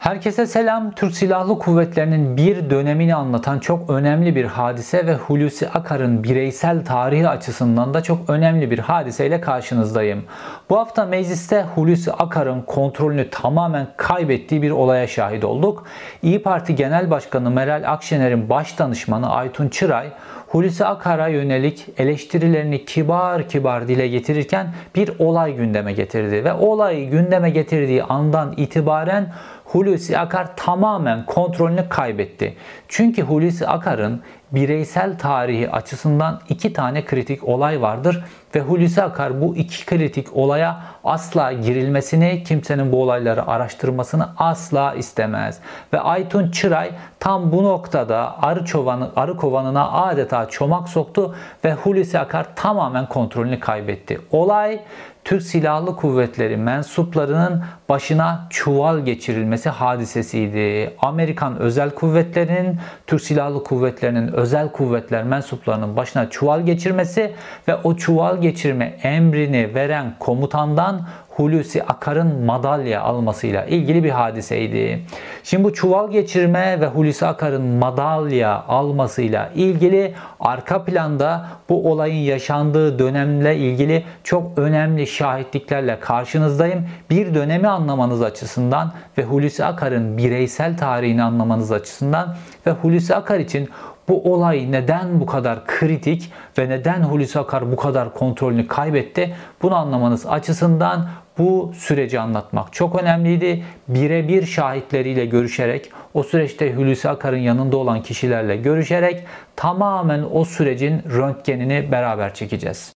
Herkese selam. Türk Silahlı Kuvvetleri'nin bir dönemini anlatan çok önemli bir hadise ve Hulusi Akar'ın bireysel tarihi açısından da çok önemli bir hadiseyle karşınızdayım. Bu hafta mecliste Hulusi Akar'ın kontrolünü tamamen kaybettiği bir olaya şahit olduk. İYİ Parti Genel Başkanı Meral Akşener'in baş danışmanı Aytun Çıray, Hulusi Akar'a yönelik eleştirilerini kibar kibar dile getirirken bir olay gündeme getirdi ve olayı gündeme getirdiği andan itibaren Hulusi Akar tamamen kontrolünü kaybetti. Çünkü Hulusi Akar'ın bireysel tarihi açısından iki tane kritik olay vardır ve Hulusi Akar bu iki kritik olaya asla girilmesini, kimsenin bu olayları araştırmasını asla istemez. Ve Aytun Çıray tam bu noktada arı kovanına adeta çomak soktu ve Hulusi Akar tamamen kontrolünü kaybetti. Olay Türk Silahlı Kuvvetleri mensuplarının başına çuval geçirilmesi hadisesiydi. Amerikan Özel Kuvvetleri'nin Türk Silahlı Kuvvetleri'nin özel kuvvetler mensuplarının başına çuval geçirmesi ve o çuval geçirme emrini veren komutandan Hulusi Akar'ın madalya almasıyla ilgili bir hadiseydi. Şimdi bu çuval geçirme ve Hulusi Akar'ın madalya almasıyla ilgili arka planda bu olayın yaşandığı dönemle ilgili çok önemli şahitliklerle karşınızdayım. Bir dönemi anlamanız açısından ve Hulusi Akar'ın bireysel tarihini anlamanız açısından ve Hulusi Akar için bu olay neden bu kadar kritik ve neden Hulusi Akar bu kadar kontrolünü kaybetti? Bunu anlamanız açısından bu süreci anlatmak çok önemliydi. Birebir şahitleriyle görüşerek, o süreçte Hulusi Akar'ın yanında olan kişilerle görüşerek tamamen o sürecin röntgenini beraber çekeceğiz.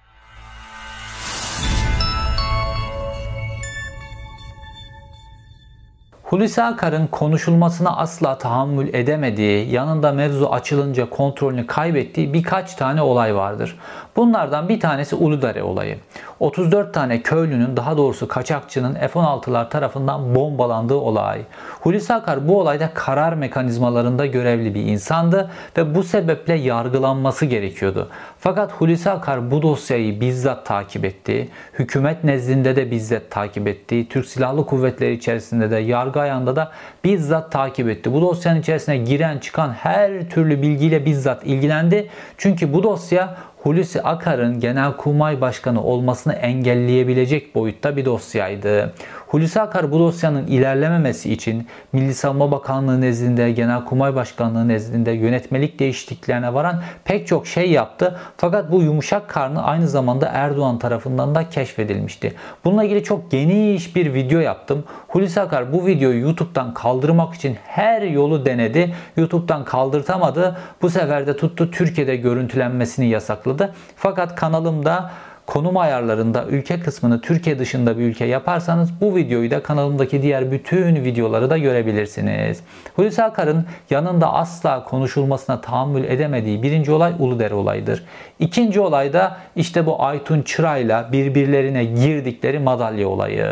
Hulusi Akar'ın konuşulmasına asla tahammül edemediği, yanında mevzu açılınca kontrolünü kaybettiği birkaç tane olay vardır. Bunlardan bir tanesi Uludere olayı. 34 tane köylünün, daha doğrusu kaçakçının F-16'lar tarafından bombalandığı olay. Hulusi Akar bu olayda karar mekanizmalarında görevli bir insandı ve bu sebeple yargılanması gerekiyordu. Fakat Hulusi Akar bu dosyayı bizzat takip etti. Hükümet nezdinde de bizzat takip etti. Türk Silahlı Kuvvetleri içerisinde de, yargı ayağında da bizzat takip etti. Bu dosyanın içerisine giren çıkan her türlü bilgiyle bizzat ilgilendi. Çünkü bu dosya Hulusi Akar'ın Genelkurmay Başkanı olmasını engelleyebilecek boyutta bir dosyaydı. Hulusi Akar bu dosyanın ilerlememesi için Milli Savunma Bakanlığı nezdinde, Genelkurmay Başkanlığı nezdinde yönetmelik değişikliklerine varan pek çok şey yaptı. Fakat bu yumuşak karnı aynı zamanda Erdoğan tarafından da keşfedilmişti. Bununla ilgili çok geniş bir video yaptım. Hulusi Akar bu videoyu YouTube'dan kaldırmak için her yolu denedi. YouTube'dan kaldırtamadı. Bu sefer de tuttu Türkiye'de görüntülenmesini yasakladı. Fakat kanalımda konum ayarlarında ülke kısmını Türkiye dışında bir ülke yaparsanız bu videoyu da kanalımdaki diğer bütün videoları da görebilirsiniz. Hulusi Akar'ın yanında asla konuşulmasına tahammül edemediği birinci olay Uludere olayıdır. İkinci olay da işte bu Aytun Çıray'la birbirlerine girdikleri madalya olayı.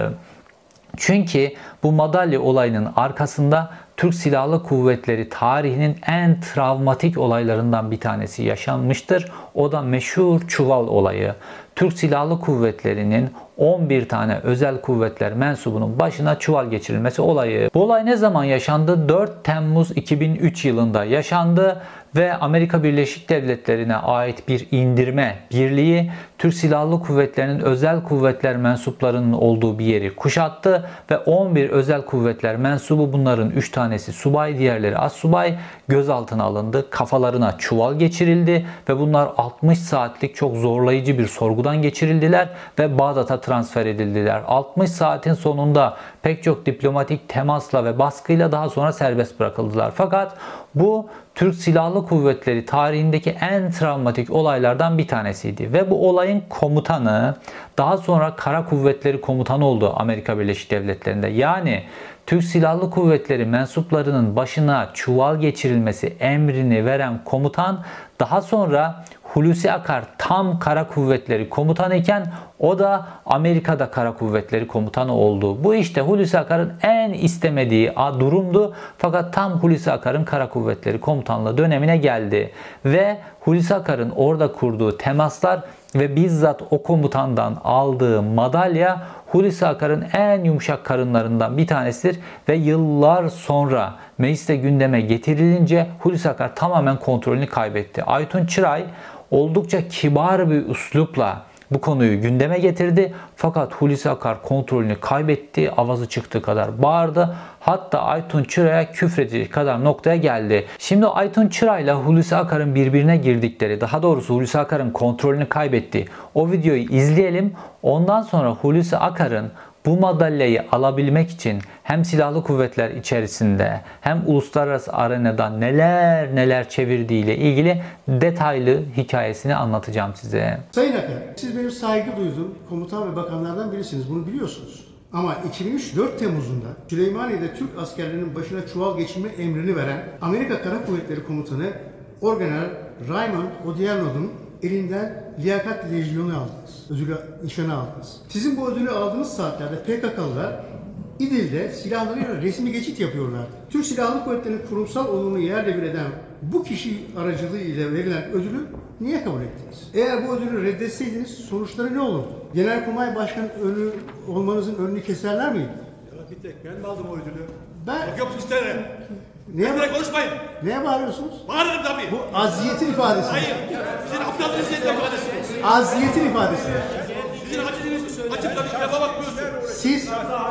Çünkü bu madalya olayının arkasında Türk Silahlı Kuvvetleri tarihinin en travmatik olaylarından bir tanesi yaşanmıştır. O da meşhur çuval olayı. Türk Silahlı Kuvvetleri'nin 11 tane özel kuvvetler mensubunun başına çuval geçirilmesi olayı. Bu olay ne zaman yaşandı? 4 Temmuz 2003 yılında yaşandı ve Amerika Birleşik Devletleri'ne ait bir indirme birliği Türk Silahlı Kuvvetleri'nin özel kuvvetler mensuplarının olduğu bir yeri kuşattı ve 11 özel kuvvetler mensubu, bunların 3 tanesi subay, diğerleri astsubay, gözaltına alındı. Kafalarına çuval geçirildi ve bunlar 60 saatlik çok zorlayıcı bir sorgudan geçirildiler ve Bağdat'a transfer edildiler. 60 saatin sonunda pek çok diplomatik temasla ve baskıyla daha sonra serbest bırakıldılar. Fakat bu Türk Silahlı Kuvvetleri tarihindeki en travmatik olaylardan bir tanesiydi. Ve bu olayın komutanı daha sonra Kara Kuvvetleri Komutanı oldu Amerika Birleşik Devletleri'nde. Yani Türk Silahlı Kuvvetleri mensuplarının başına çuval geçirilmesi emrini veren komutan daha sonra Hulusi Akar tam Kara Kuvvetleri Komutanı iken o da Amerika'da Kara Kuvvetleri Komutanı oldu. Bu işte Hulusi Akar'ın en istemediği durumdu. Fakat tam Hulusi Akar'ın Kara Kuvvetleri Komutanlığı dönemine geldi. Ve Hulusi Akar'ın orada kurduğu temaslar ve bizzat o komutandan aldığı madalya Hulusi Akar'ın en yumuşak karınlarından bir tanesidir ve yıllar sonra mecliste gündeme getirilince Hulusi Akar tamamen kontrolünü kaybetti. Aytun Çıray oldukça kibar bir üslupla bu konuyu gündeme getirdi. Fakat Hulusi Akar kontrolünü kaybetti. Avazı çıktığı kadar bağırdı. Hatta Aytun Çıray'a küfredecek kadar noktaya geldi. Şimdi Aytun Çıray'la Hulusi Akar'ın birbirine girdikleri, daha doğrusu Hulusi Akar'ın kontrolünü kaybetti. O videoyu izleyelim. Ondan sonra Hulusi Akar'ın bu madalyayı alabilmek için hem silahlı kuvvetler içerisinde hem uluslararası arenada neler neler çevirdiği ile ilgili detaylı hikayesini anlatacağım size. Sayın Akar, siz benim saygı duyduğum komutan ve bakanlardan birisiniz. Bunu biliyorsunuz. Ama 2003 4 Temmuz'unda Süleymaniye'de Türk askerlerinin başına çuval geçirme emrini veren Amerika Kara Kuvvetleri Komutanı Orgeneral Raymond Odierno'nun elinden liyakat lejyonu aldınız. Ödülü, nişanı aldınız. Sizin bu ödülü aldığınız saatlerde PKK'lılar İdil'de silahlarıyla resmi geçit yapıyorlardı. Türk Silahlı Kuvvetleri'nin kurumsal onurunu yerle bir eden bu kişi aracılığı ile verilen ödülü niye kabul ettiniz? Eğer bu ödülü reddetseydiniz sonuçları ne olurdu? Genelkurmay Başkanı olmanızın önünü keserler miydi? Ya bir tek ben mi aldım o ödülü? Ben... Yok isterim. Neye, Konuşmayın. Neye bağırıyorsunuz? Bağırırım tabii. Bu aziyetin ifadesi. Hayır. Sizin aptallığınızın ifadesi. Aziyetin ifadesi. Sizin açık lafa bakmıyorsun. Siz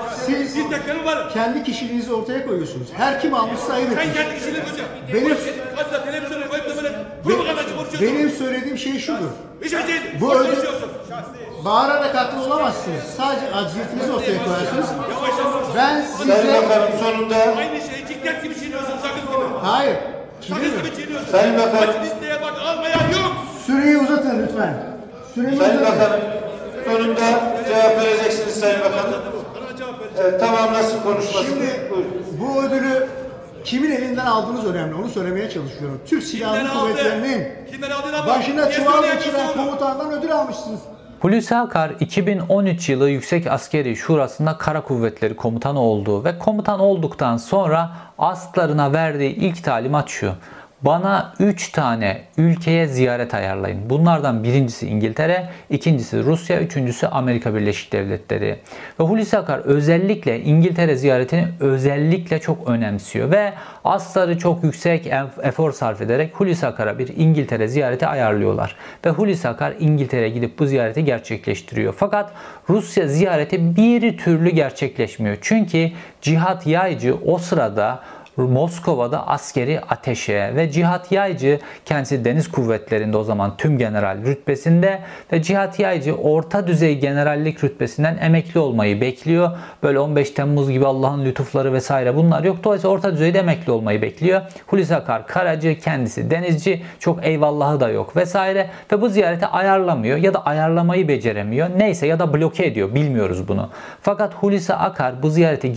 Bir tek benim varım. kendi kişiliğinizi ortaya koyuyorsunuz. Her kim almışsa ayıp Sen etmiş. kendi kişiliğini hocam. Benim- Kaçta televizyona koyup da böyle propagandacı konuşuyorsun. Benim söylediğim şey şudur. Bir şey değil. Bu Boş ödül- konuşuyorsun. Bağırarak haklı olamazsınız. Sadece acziyetinizi ortaya koyarsınız. Yavaş yavaş. Ben size... Bakanım sonunda Aynı şeyi ciklet gibi çiğniyorsun sakız gibi. Hayır. Sakız Şimdi gibi çiğniyorsun. Sayın Bakanım. Bak listeye bak almayan yok. süreyi uzatın lütfen. Süreyi Sayın uzatın. Bakanım sonunda cevap vereceksiniz Sayın Bakanım. Bana cevap ver. Evet, tamam nasıl konuşmasını? Şimdi Buyurun. bu ödülü kimin elinden aldığınız önemli. Onu söylemeye çalışıyorum. Türk Silahlı Kimden aldı? Kuvvetleri'nin Kimden aldığına bak. başına Niye çuval söyleyemiyorsun geçiren onu? komutandan ödül almışsınız. Hulusi Akar 2013 yılı Yüksek Askeri Şurası'nda Kara Kuvvetleri Komutanı oldu ve komutan olduktan sonra astlarına verdiği ilk talimat şu: bana 3 tane ülkeye ziyaret ayarlayın. Bunlardan birincisi İngiltere, ikincisi Rusya, üçüncüsü Amerika Birleşik Devletleri. Ve Hulusi Akar özellikle İngiltere ziyaretini özellikle çok önemsiyor ve asları çok yüksek efor sarf ederek Hulusi Akar'a bir İngiltere ziyareti ayarlıyorlar. Ve Hulusi Akar İngiltere'ye gidip bu ziyareti gerçekleştiriyor. Fakat Rusya ziyareti bir türlü gerçekleşmiyor. Çünkü Cihat Yaycı o sırada Moskova'da askeri ateşe ve Cihat Yaycı kendisi deniz kuvvetlerinde o zaman tümgeneral rütbesinde ve Cihat Yaycı orta düzey generallik rütbesinden emekli olmayı bekliyor. Böyle 15 Temmuz gibi Allah'ın lütufları vesaire bunlar yok. Dolayısıyla orta düzeyde emekli olmayı bekliyor. Hulusi Akar karacı, kendisi denizci, çok eyvallahı da yok vesaire ve bu ziyareti ayarlamıyor ya da ayarlamayı beceremiyor. Neyse ya da bloke ediyor, bilmiyoruz bunu. Fakat Hulusi Akar bu ziyareti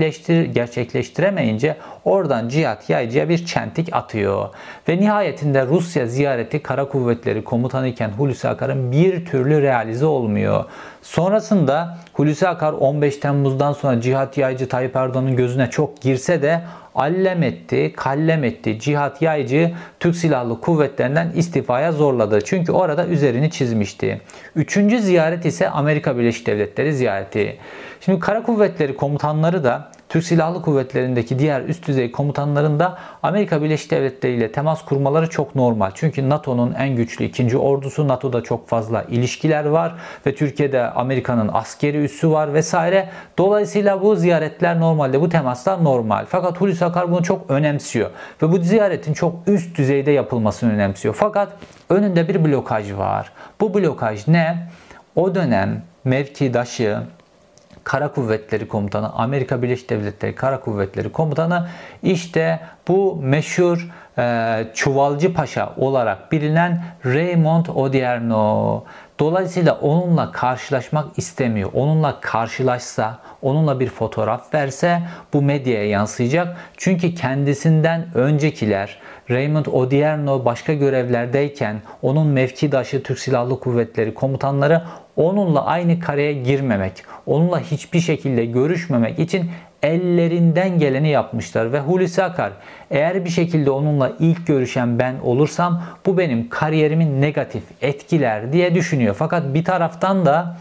gerçekleştiremeyince oradan Cihat Yaycı'ya bir çentik atıyor. Ve nihayetinde Rusya ziyareti Kara Kuvvetleri Komutanı iken Hulusi Akar'ın bir türlü realize olmuyor. Sonrasında Hulusi Akar 15 Temmuz'dan sonra Cihat Yaycı Tayyip Erdoğan'ın gözüne çok girse de allem etti, kallem etti. Cihat Yaycı Türk Silahlı Kuvvetleri'nden istifaya zorladı. Çünkü orada üzerini çizmişti. Üçüncü ziyaret ise Amerika Birleşik Devletleri ziyareti. Şimdi Kara Kuvvetleri komutanları da Türk Silahlı Kuvvetleri'ndeki diğer üst düzey komutanların da Amerika Birleşik Devletleri ile temas kurmaları çok normal. Çünkü NATO'nun en güçlü ikinci ordusu, NATO'da çok fazla ilişkiler var ve Türkiye'de Amerika'nın askeri üssü var vesaire. Dolayısıyla bu ziyaretler normalde, bu temaslar normal. Fakat Hulusi Akar bunu çok önemsiyor ve bu ziyaretin çok üst düzeyde yapılmasını önemsiyor. Fakat önünde bir blokaj var. Bu blokaj ne? O dönem mevkidaşı Kara Kuvvetleri Komutanı, Amerika Birleşik Devletleri Kara Kuvvetleri Komutanı işte bu meşhur Çuvalcı Paşa olarak bilinen Raymond Odierno. Dolayısıyla onunla karşılaşmak istemiyor. Onunla karşılaşsa, onunla bir fotoğraf verse bu medyaya yansıyacak. Çünkü kendisinden öncekiler Raymond Odierno başka görevlerdeyken onun mevkidaşı Türk Silahlı Kuvvetleri komutanları onunla aynı kareye girmemek, onunla hiçbir şekilde görüşmemek için ellerinden geleni yapmışlar ve Hulusi Akar eğer bir şekilde onunla ilk görüşen ben olursam bu benim kariyerimi negatif etkiler diye düşünüyor. Fakat bir taraftan da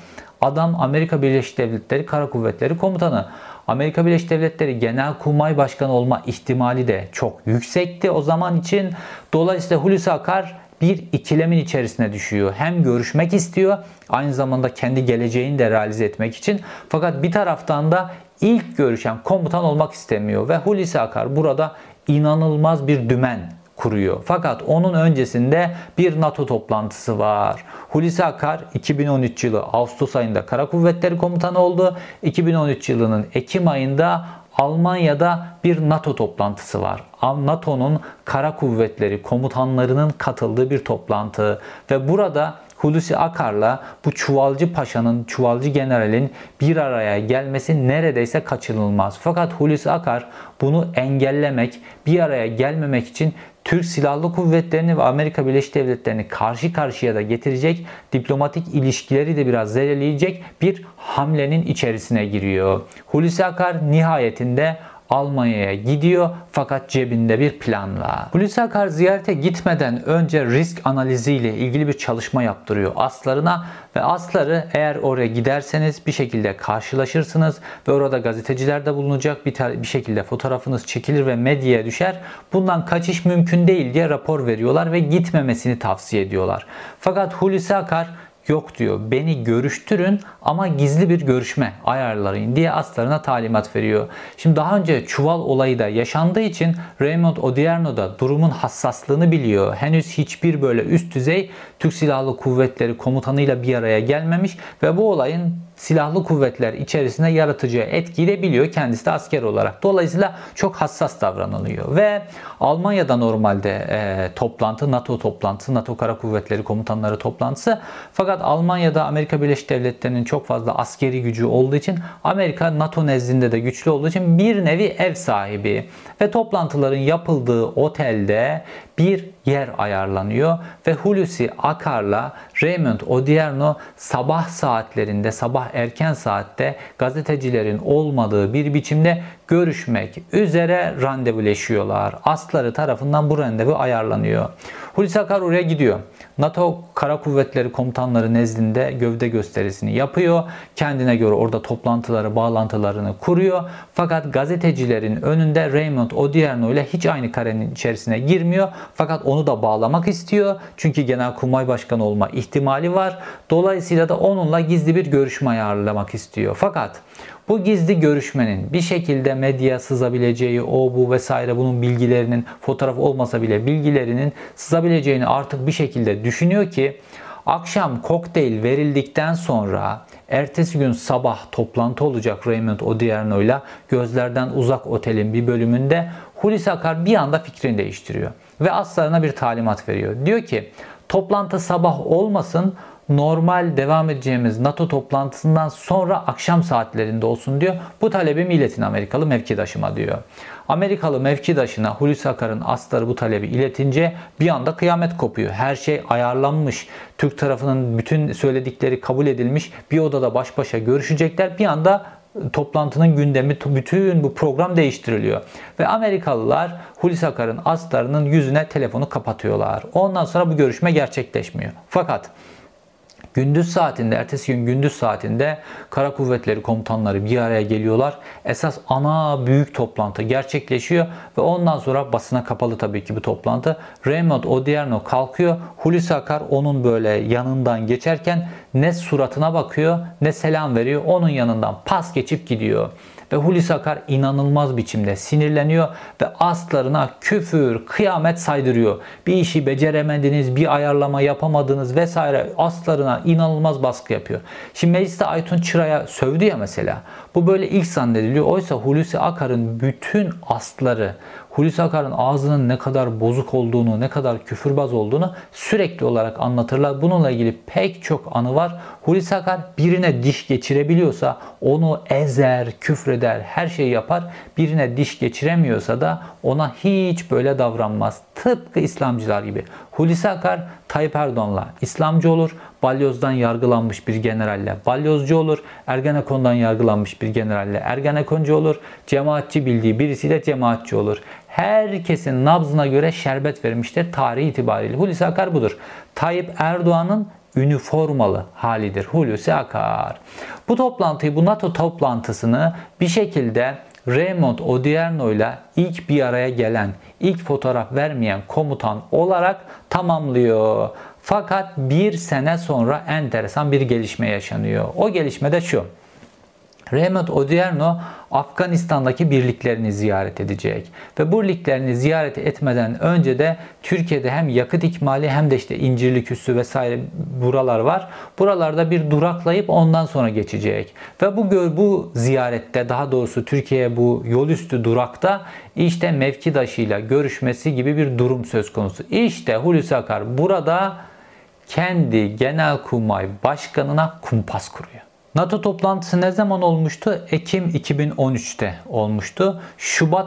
Adam Amerika Birleşik Devletleri Kara Kuvvetleri Komutanı. Amerika Birleşik Devletleri Genelkurmay Başkanı olma ihtimali de çok yüksekti o zaman için. Dolayısıyla Hulusi Akar bir ikilemin içerisine düşüyor. Hem görüşmek istiyor, aynı zamanda kendi geleceğini de realize etmek için. Fakat bir taraftan da ilk görüşen komutan olmak istemiyor ve Hulusi Akar burada inanılmaz bir dümen kuruyor. Fakat onun öncesinde bir NATO toplantısı var. Hulusi Akar 2013 yılı Ağustos ayında Kara Kuvvetleri Komutanı oldu. 2013 yılının Ekim ayında Almanya'da bir NATO toplantısı var. NATO'nun Kara Kuvvetleri komutanlarının katıldığı bir toplantı ve burada Hulusi Akar'la bu Çuvalcı Paşa'nın, Çuvalcı General'in bir araya gelmesi neredeyse kaçınılmaz. Fakat Hulusi Akar bunu engellemek, bir araya gelmemek için Türk Silahlı Kuvvetleri'ni ve Amerika Birleşik Devletleri'ni karşı karşıya da getirecek, diplomatik ilişkileri de biraz zedeleyecek bir hamlenin içerisine giriyor. Hulusi Akar nihayetinde Almanya'ya gidiyor fakat cebinde bir planla. Hulusi Akar ziyarete gitmeden önce risk analiziyle ilgili bir çalışma yaptırıyor aslarına ve asları eğer oraya giderseniz bir şekilde karşılaşırsınız ve orada gazeteciler de bulunacak, bir şekilde fotoğrafınız çekilir ve medyaya düşer. Bundan kaçış mümkün değil diye rapor veriyorlar ve gitmemesini tavsiye ediyorlar. Fakat Hulusi Akar yok diyor, beni görüştürün ama gizli bir görüşme ayarlayın diye aslarına talimat veriyor. Şimdi daha önce Çuval olayı da yaşandığı için Raymond Odierno da durumun hassaslığını biliyor. Henüz hiçbir böyle üst düzey Türk Silahlı Kuvvetleri komutanıyla bir araya gelmemiş ve bu olayın silahlı kuvvetler içerisinde yaratacağı etkiyi de biliyor kendisi de asker olarak. Dolayısıyla çok hassas davranılıyor ve Almanya'da normalde toplantı, NATO toplantısı, NATO Kara Kuvvetleri Komutanları toplantısı. Fakat Almanya'da Amerika Birleşik Devletleri'nin çok fazla askeri gücü olduğu için, Amerika NATO nezdinde de güçlü olduğu için bir nevi ev sahibi ve toplantıların yapıldığı otelde bir yer ayarlanıyor ve Hulusi Akar'la Raymond Odierno sabah saatlerinde, sabah erken saatte gazetecilerin olmadığı bir biçimde görüşmek üzere randevuleşiyorlar. Asları tarafından bu randevu ayarlanıyor. Hulusi Akar oraya gidiyor. NATO Kara Kuvvetleri Komutanları nezdinde gövde gösterisini yapıyor. Kendine göre orada toplantıları, bağlantılarını kuruyor. Fakat gazetecilerin önünde Raymond Odierno ile hiç aynı karenin içerisine girmiyor. Fakat onu da bağlamak istiyor. Çünkü Genelkurmay Başkanı olma ihtimali var. Dolayısıyla da onunla gizli bir görüşme ayarlamak istiyor. Fakat bu gizli görüşmenin bir şekilde medyaya sızabileceği, o bu vesaire bunun bilgilerinin, fotoğraf olmasa bile bilgilerinin sızabileceğini artık bir şekilde düşünüyor ki akşam kokteyl verildikten sonra ertesi gün sabah toplantı olacak Raymond Odierno ile Gözlerden Uzak Otel'in bir bölümünde. Hulusi Akar bir anda fikrini değiştiriyor ve aslarına bir talimat veriyor. Diyor ki toplantı sabah olmasın, normal devam edeceğimiz NATO toplantısından sonra akşam saatlerinde olsun diyor. Bu talebimi iletin Amerikalı mevkidaşıma diyor. Amerikalı mevkidaşına Hulusi Akar'ın asları bu talebi iletince bir anda kıyamet kopuyor. Her şey ayarlanmış. Türk tarafının bütün söyledikleri kabul edilmiş. Bir odada baş başa görüşecekler. Bir anda toplantının gündemi, bütün bu program değiştiriliyor. Ve Amerikalılar Hulusi Akar'ın aslarının yüzüne telefonu kapatıyorlar. Ondan sonra bu görüşme gerçekleşmiyor. Fakat gündüz saatinde, ertesi gün gündüz saatinde Kara Kuvvetleri komutanları bir araya geliyorlar. Esas ana büyük toplantı gerçekleşiyor ve ondan sonra basına kapalı tabii ki bu toplantı. Raymond Odierno kalkıyor. Hulusi Akar onun böyle yanından geçerken ne suratına bakıyor ne selam veriyor. Onun yanından pas geçip gidiyor. Ve Hulusi Akar inanılmaz biçimde sinirleniyor ve aslarına küfür, kıyamet saydırıyor. Bir işi beceremediniz, bir ayarlama yapamadınız vesaire, aslarına inanılmaz baskı yapıyor. Şimdi mecliste Aytun Çıra'ya sövdü ya mesela. Bu böyle ilk zannediliyor. Oysa Hulusi Akar'ın bütün asları, Hulusi Akar'ın ağzının ne kadar bozuk olduğunu, ne kadar küfürbaz olduğunu sürekli olarak anlatırlar. Bununla ilgili pek çok anı var. Hulusi Akar birine diş geçirebiliyorsa onu ezer, küfreder, her şeyi yapar. Birine diş geçiremiyorsa da ona hiç böyle davranmaz. Tıpkı İslamcılar gibi. Hulusi Akar Tayyip Erdoğan'la İslamcı olur. Balyoz'dan yargılanmış bir generalle balyozcu olur. Ergenekon'dan yargılanmış bir generalle Ergenekoncu olur. Cemaatçi bildiği birisiyle cemaatçi olur. Herkesin nabzına göre şerbet vermiştir tarihi itibariyle. Hulusi Akar budur. Tayyip Erdoğan'ın üniformalı halidir Hulusi Akar. Bu toplantıyı, bu NATO toplantısını bir şekilde Raymond Odierno ile ilk bir araya gelen, ilk fotoğraf vermeyen komutan olarak tamamlıyor. Fakat bir sene sonra enteresan bir gelişme yaşanıyor. O gelişme de şu: Raymond Odierno Afganistan'daki birliklerini ziyaret edecek. Ve bu birliklerini ziyaret etmeden önce de Türkiye'de hem yakıt ikmali hem de işte İncirlik Üssü vesaire buralar var. Buralarda bir duraklayıp ondan sonra geçecek. Ve bu ziyarette, daha doğrusu Türkiye'ye bu yol üstü durakta işte mevkidaşıyla görüşmesi gibi bir durum söz konusu. İşte Hulusi Akar burada kendi Genelkurmay Başkanı'na kumpas kuruyor. NATO toplantısı ne zaman olmuştu? Ekim 2013'te olmuştu. Şubat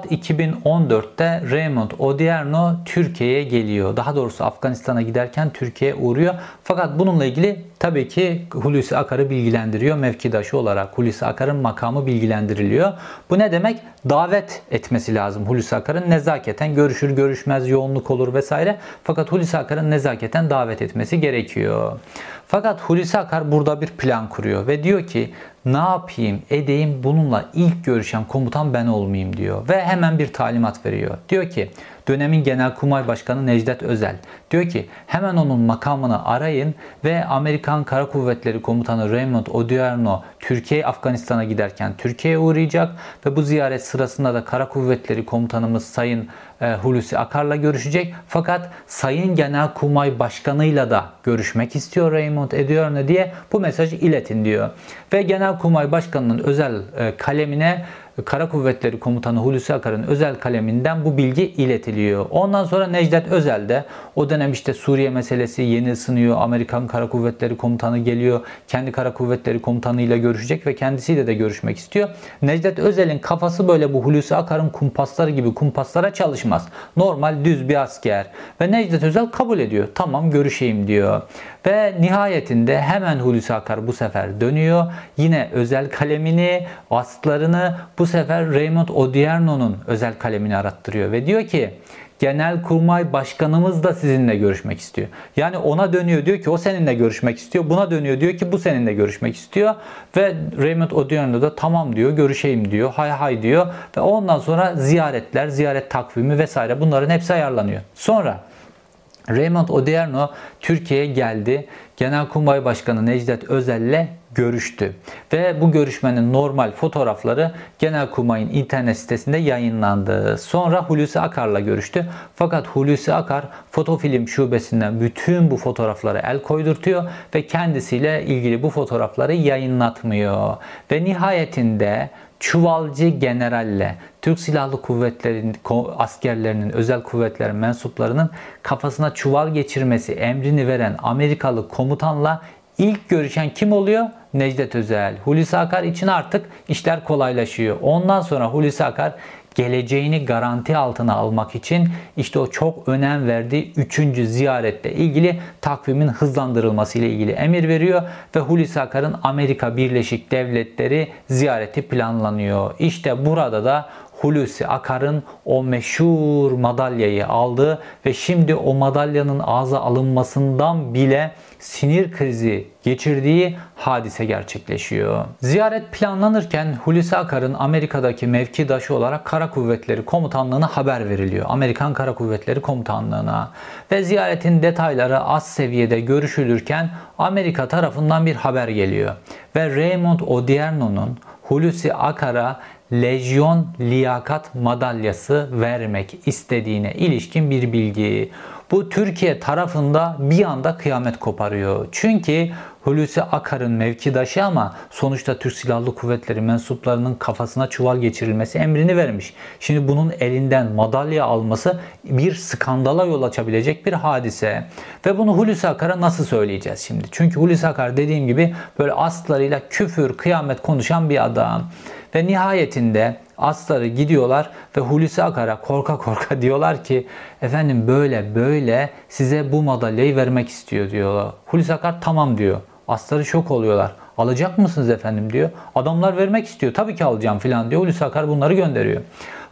2014'te Raymond Odierno Türkiye'ye geliyor. Daha doğrusu Afganistan'a giderken Türkiye'ye uğruyor. Fakat bununla ilgili tabii ki Hulusi Akar'ı bilgilendiriyor mevkidaşı olarak. Hulusi Akar'ın makamı bilgilendiriliyor. Bu ne demek? Davet etmesi lazım Hulusi Akar'ın, nezaketen görüşür görüşmez yoğunluk olur vesaire. Fakat Hulusi Akar'ın nezaketen davet etmesi gerekiyor. Fakat Hulusi Akar burada bir plan kuruyor ve diyor ki ne yapayım edeyim bununla ilk görüşen komutan ben olmayayım diyor. Ve hemen bir talimat veriyor. Diyor ki dönemin Genelkurmay Başkanı Necdet Özel diyor ki hemen onun makamını arayın ve Amerikan Kara Kuvvetleri Komutanı Raymond Odierno Türkiye Afganistan'a giderken Türkiye'ye uğrayacak ve bu ziyaret sırasında da Kara Kuvvetleri Komutanımız Sayın Hulusi Akar'la görüşecek. Fakat Sayın Genelkurmay Başkanı'yla da görüşmek istiyor Raymond Odierno diye bu mesajı iletin diyor. Ve Genelkurmay Başkanı'nın özel kalemine Kara Kuvvetleri Komutanı Hulusi Akar'ın özel kaleminden bu bilgi iletiliyor. Ondan sonra Necdet Özel de o dönem işte Suriye meselesi yeni ısınıyor. Amerikan Kara Kuvvetleri Komutanı geliyor. Kendi Kara Kuvvetleri Komutanı'yla görüşecek ve kendisiyle de görüşmek istiyor. Necdet Özel'in kafası böyle bu Hulusi Akar'ın kumpasları gibi kumpaslara çalışmaz. Normal düz bir asker. Ve Necdet Özel kabul ediyor. Tamam görüşeyim diyor. Ve nihayetinde hemen Hulusi Akar bu sefer dönüyor. Yine özel kalemini, aslarını bu sefer Raymond Odierno'nun özel kalemini arattırıyor. Ve diyor ki Genelkurmay Başkanımız da sizinle görüşmek istiyor. Yani ona dönüyor diyor ki o seninle görüşmek istiyor. Buna dönüyor diyor ki bu seninle görüşmek istiyor. Ve Raymond Odierno da tamam diyor, görüşeyim diyor, hay hay diyor. Ve ondan sonra ziyaretler, ziyaret takvimi vesaire bunların hepsi ayarlanıyor. Sonra Raymond Odierno Türkiye'ye geldi. Genelkurmay Başkanı Necdet Özel'le görüştü. Ve bu görüşmenin normal fotoğrafları Genelkurmay'ın internet sitesinde yayınlandı. Sonra Hulusi Akar'la görüştü. Fakat Hulusi Akar fotofilm şubesinden bütün bu fotoğraflara el koydurtuyor ve kendisiyle ilgili bu fotoğrafları yayınlatmıyor. Ve nihayetinde Çuvalcı generalle Türk Silahlı Kuvvetleri'nin askerlerinin, özel kuvvetler mensuplarının kafasına çuval geçirmesi emrini veren Amerikalı komutanla ilk görüşen kim oluyor? Necdet Özel. Hulusi Akar için artık işler kolaylaşıyor. Ondan sonra Hulusi Akar geleceğini garanti altına almak için işte o çok önem verdiği 3. ziyaretle ilgili takvimin hızlandırılması ile ilgili emir veriyor ve Hulusi Akar'ın Amerika Birleşik Devletleri ziyareti planlanıyor. İşte burada da Hulusi Akar'ın o meşhur madalyayı aldı ve şimdi o madalyanın ağza alınmasından bile sinir krizi geçirdiği hadise gerçekleşiyor. Ziyaret planlanırken Hulusi Akar'ın Amerika'daki mevkidaşı olarak Kara Kuvvetleri Komutanlığı'na haber veriliyor. Amerikan Kara Kuvvetleri Komutanlığı'na. Ve ziyaretin detayları az seviyede görüşülürken Amerika tarafından bir haber geliyor. Ve Raymond Odierno'nun Hulusi Akar'a Lejyon Liyakat Madalyası vermek istediğine ilişkin bir bilgi. Bu Türkiye tarafında bir anda kıyamet koparıyor. Çünkü Hulusi Akar'ın mevkidaşı ama sonuçta Türk Silahlı Kuvvetleri mensuplarının kafasına çuval geçirilmesi emrini vermiş. Şimdi bunun elinden madalya alması bir skandala yol açabilecek bir hadise. Ve bunu Hulusi Akar'a nasıl söyleyeceğiz şimdi? Çünkü Hulusi Akar dediğim gibi böyle aslarıyla küfür, kıyamet konuşan bir adam. Ve nihayetinde asları gidiyorlar ve Hulusi Akar'a korka korka diyorlar ki efendim böyle size bu madalyayı vermek istiyor diyorlar. Hulusi Akar tamam diyor. Asları şok oluyorlar. Alacak mısınız efendim diyor. Adamlar vermek istiyor. Tabii ki alacağım filan diyor. Hulusi Akar bunları gönderiyor.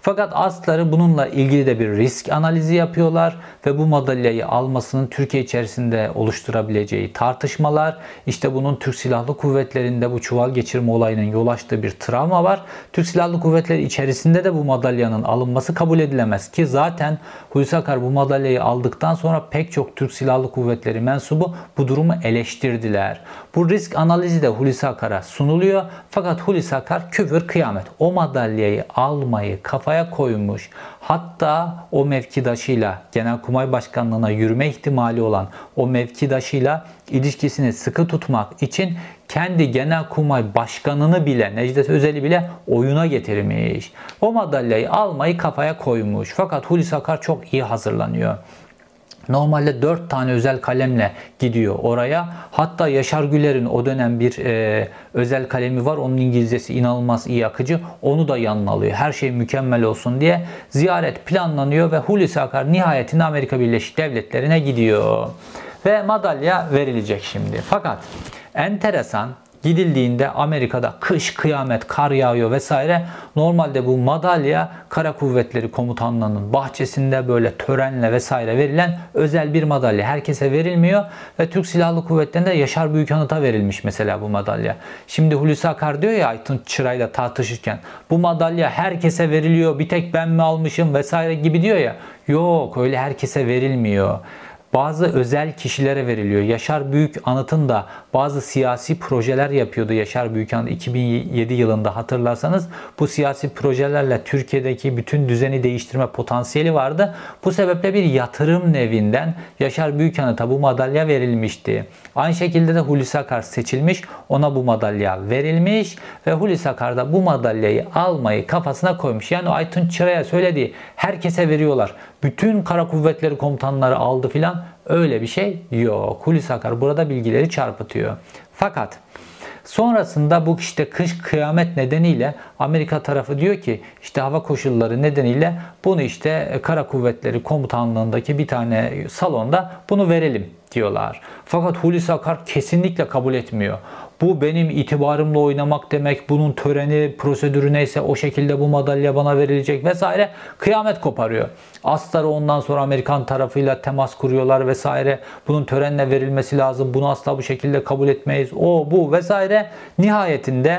Fakat asları bununla ilgili de bir risk analizi yapıyorlar ve bu madalyayı almasının Türkiye içerisinde oluşturabileceği tartışmalar, işte bunun Türk Silahlı Kuvvetleri'nde bu çuval geçirme olayının yol açtığı bir travma var. Türk Silahlı Kuvvetleri içerisinde de bu madalyanın alınması kabul edilemez ki zaten Hulusi Akar bu madalyayı aldıktan sonra pek çok Türk Silahlı Kuvvetleri mensubu bu durumu eleştirdiler. Bu risk analizi de Hulusi Akar'a sunuluyor. Fakat Hulusi Akar küfür kıyamet. O madalyayı almayı kafaya koymuş. Hatta o mevkidaşıyla, Genelkurmay Başkanlığı'na yürüme ihtimali olan o mevkidaşıyla ilişkisini sıkı tutmak için kendi Genelkurmay Başkanı'nı bile, Necdet Özel'i bile oyuna getirmiş. O madalyayı almayı kafaya koymuş. Fakat Hulusi Akar çok iyi hazırlanıyor. Normalde 4 tane özel kalemle gidiyor oraya. Hatta Yaşar Güler'in o dönem bir özel kalemi var. Onun İngilizcesi inanılmaz iyi akıcı. Onu da yanına alıyor. Her şey mükemmel olsun diye. Ziyaret planlanıyor ve Hulusi Akar nihayetinde Amerika Birleşik Devletleri'ne gidiyor. Ve madalya verilecek şimdi. Fakat enteresan, gidildiğinde Amerika'da kış, kıyamet, kar yağıyor vesaire. Normalde bu madalya Kara Kuvvetleri Komutanlığı'nın bahçesinde böyle törenle vesaire verilen özel bir madalya. Herkese verilmiyor ve Türk Silahlı Kuvvetleri'nde Yaşar Büyükanıt'a verilmiş mesela bu madalya. Şimdi Hulusi Akar diyor ya Aytun Çıray'la tartışırken, bu madalya herkese veriliyor, bir tek ben mi almışım vesaire gibi diyor ya. Yok, öyle herkese verilmiyor. Bazı özel kişilere veriliyor. Yaşar Büyükanıt'ın da bazı siyasi projeler yapıyordu. Yaşar Büyükanıt 2007 yılında hatırlarsanız bu siyasi projelerle Türkiye'deki bütün düzeni değiştirme potansiyeli vardı. Bu sebeple bir yatırım nevinden Yaşar Büyükanıt'a bu madalya verilmişti. Aynı şekilde de Hulusi Akar seçilmiş. Ona bu madalya verilmiş ve Hulusi Akar da bu madalyayı almayı kafasına koymuş. Yani Aytun Çıray'a söylediği herkese veriyorlar. Bütün Kara Kuvvetleri komutanları aldı filan, öyle bir şey yok. Hulusi Akar burada bilgileri çarpıtıyor. Fakat sonrasında bu işte kış kıyamet nedeniyle Amerika tarafı diyor ki işte hava koşulları nedeniyle bunu işte Kara Kuvvetleri Komutanlığı'ndaki bir tane salonda bunu verelim diyorlar. Fakat Hulusi Akar kesinlikle kabul etmiyor. Bu benim itibarımla oynamak demek, bunun töreni, prosedürü neyse o şekilde bu madalya bana verilecek vesaire, kıyamet koparıyor. Asları ondan sonra Amerikan tarafıyla temas kuruyorlar vesaire. Bunun törenle verilmesi lazım, bunu asla bu şekilde kabul etmeyiz, o bu vesaire. Nihayetinde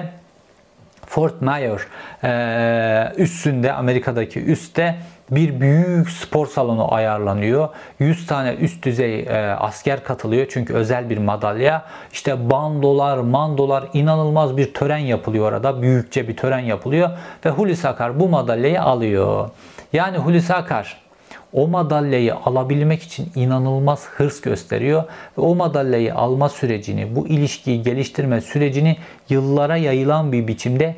Fort Myer üssünde, Amerika'daki üste bir büyük spor salonu ayarlanıyor. 100 tane üst düzey asker katılıyor. Çünkü özel bir madalya. İşte bandolar, mandolar, inanılmaz bir tören yapılıyor orada. Büyükçe bir tören yapılıyor. Ve Hulusi Akar bu madalyayı alıyor. Yani Hulusi Akar o madalyayı alabilmek için inanılmaz hırs gösteriyor. Ve o madalyayı alma sürecini, bu ilişkiyi geliştirme sürecini yıllara yayılan bir biçimde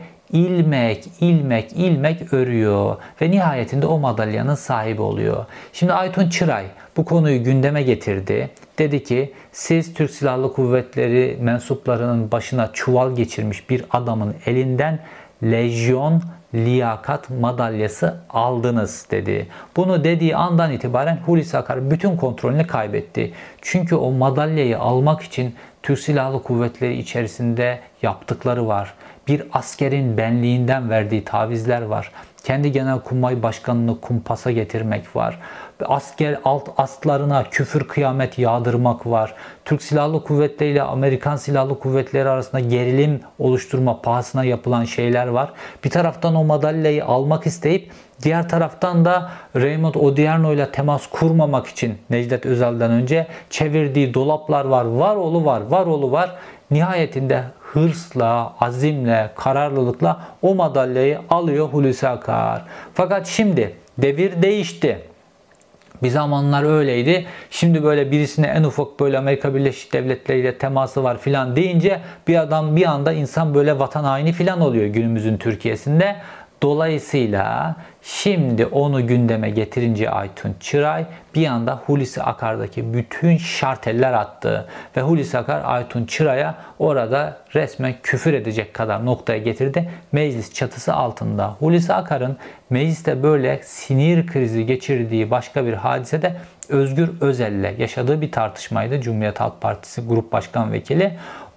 ilmek örüyor ve nihayetinde o madalyanın sahibi oluyor. Şimdi Aytun Çıray bu konuyu gündeme getirdi. Dedi ki siz Türk Silahlı Kuvvetleri mensuplarının başına çuval geçirmiş bir adamın elinden lejyon liyakat madalyası aldınız dedi. Bunu dediği andan itibaren Hulusi Akar bütün kontrolünü kaybetti. Çünkü o madalyayı almak için Türk Silahlı Kuvvetleri içerisinde yaptıkları var. Bir askerin benliğinden verdiği tavizler var. Kendi Genelkurmay Başkanı'nı kumpasa getirmek var. Asker alt astlarına küfür kıyamet yağdırmak var. Türk Silahlı Kuvvetleri ile Amerikan Silahlı Kuvvetleri arasında gerilim oluşturma pahasına yapılan şeyler var. Bir taraftan o madalyayı almak isteyip diğer taraftan da Raymond Odierno ile temas kurmamak için Necdet Özel'den önce çevirdiği dolaplar var. Var oğlu var. Nihayetinde hırsla, azimle, kararlılıkla o madalyayı alıyor Hulusi Akar. Fakat şimdi devir değişti. Bir zamanlar öyleydi. Şimdi böyle birisine en ufak böyle Amerika Birleşik Devletleri ile teması var filan deyince bir anda insan böyle vatan haini filan oluyor günümüzün Türkiye'sinde. Dolayısıyla şimdi onu gündeme getirince Aytun Çıray bir anda Hulusi Akar'daki bütün şarteller attı. Ve Hulusi Akar Aytun Çıray'a orada resmen küfür edecek kadar noktaya getirdi. Meclis çatısı altında. Hulusi Akar'ın mecliste böyle sinir krizi geçirdiği başka bir hadise de Özgür Özel'le yaşadığı bir tartışmaydı. Cumhuriyet Halk Partisi Grup Başkan Vekili.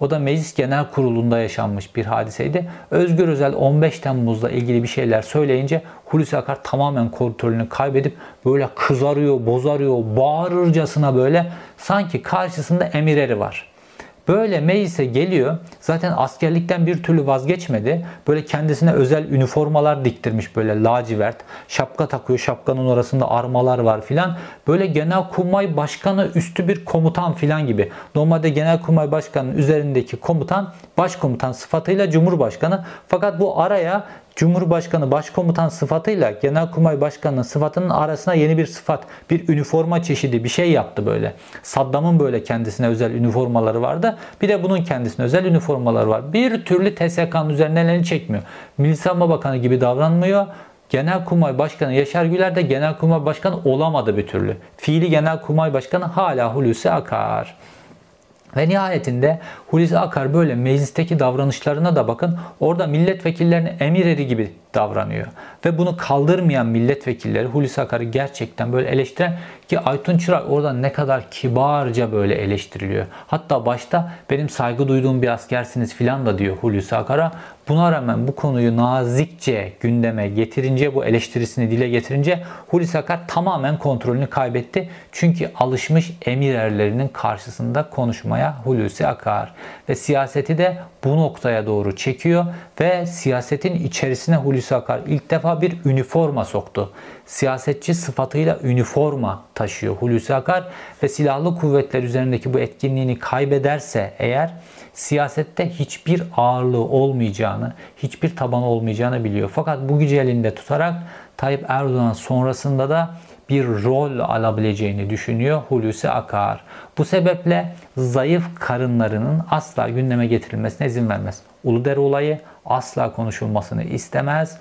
O da Meclis Genel Kurulu'nda yaşanmış bir hadiseydi. Özgür Özel 15 Temmuz'la ilgili bir şeyler söyleyince Hulusi Akar tamamen kontrolünü kaybedip böyle kızarıyor, bozarıyor, bağırırcasına böyle sanki karşısında emirleri var. Böyle meclise geliyor. Zaten askerlikten bir türlü vazgeçmedi. Böyle kendisine özel üniformalar diktirmiş, böyle lacivert. Şapka takıyor. Şapkanın orasında armalar var filan. Böyle Genelkurmay Başkanı üstü bir komutan filan gibi. Normalde Genelkurmay Başkanı'nın üzerindeki komutan başkomutan sıfatıyla Cumhurbaşkanı. Fakat bu araya Cumhurbaşkanı Başkomutan sıfatıyla Genelkurmay Başkanı'nın sıfatının arasına yeni bir sıfat, bir üniforma çeşidi bir şey yaptı böyle. Saddam'ın böyle kendisine özel üniformaları vardı. Bir de bunun kendisine özel üniformaları var. Bir türlü TSK'nın üzerinden elini çekmiyor. Milli Savunma Bakanı gibi davranmıyor. Genelkurmay Başkanı Yaşar Güler de Genelkurmay Başkanı olamadı bir türlü. Fiili Genelkurmay Başkanı hala Hulusi Akar. Ve nihayetinde Hulusi Akar böyle meclisteki davranışlarına da bakın. Orada milletvekillerine emir eri gibi davranıyor. Ve bunu kaldırmayan milletvekilleri Hulusi Akar'ı gerçekten böyle eleştiren, ki Aytun Çırak orada ne kadar kibarca böyle eleştiriliyor. Hatta başta benim saygı duyduğum bir askersiniz filan da diyor Hulusi Akar'a. Buna rağmen bu konuyu nazikçe gündeme getirince, bu eleştirisini dile getirince Hulusi Akar tamamen kontrolünü kaybetti. Çünkü alışmış emir erlerinin karşısında konuşmaya Hulusi Akar. Ve siyaseti de bu noktaya doğru çekiyor ve siyasetin içerisine Hulusi Akar ilk defa bir üniforma soktu. Siyasetçi sıfatıyla üniforma taşıyor Hulusi Akar ve silahlı kuvvetler üzerindeki bu etkinliğini kaybederse eğer siyasette hiçbir ağırlığı olmayacağını, hiçbir tabanı olmayacağını biliyor. Fakat bu gücü elinde tutarak Tayyip Erdoğan sonrasında da bir rol alabileceğini düşünüyor Hulusi Akar. Bu sebeple zayıf karınlarının asla gündeme getirilmesine izin vermez. Uludere olayı asla konuşulmasını istemez.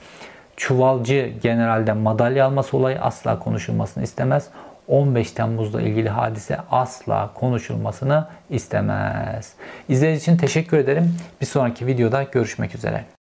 Çuvalcı generalden madalya alması olayı asla konuşulmasını istemez. 15 Temmuz'la ilgili hadise asla konuşulmasını istemez. İzlediğiniz için teşekkür ederim. Bir sonraki videoda görüşmek üzere.